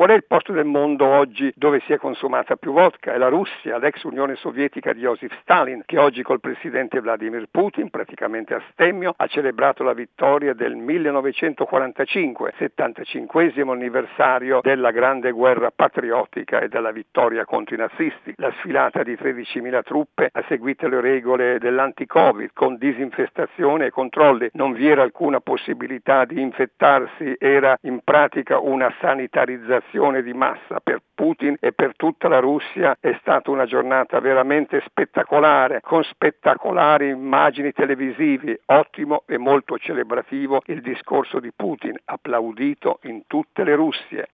Qual è il posto del mondo oggi dove si è consumata più vodka? È la Russia, l'ex Unione Sovietica di Joseph Stalin, che oggi col presidente Vladimir Putin, praticamente a stemmio, ha celebrato la vittoria del 1945, 75esimo anniversario della grande guerra patriottica e della vittoria contro i nazisti. La sfilata di 13.000 truppe ha seguito le regole dell'anti-Covid con disinfestazione e controlli. Non vi era alcuna possibilità di infettarsi, era in pratica una sanitarizzazione di massa. Per Putin e per tutta la Russia è stata una giornata veramente spettacolare, con spettacolari immagini televisivi. Ottimo e molto celebrativo il discorso di Putin, applaudito in tutte le Russie.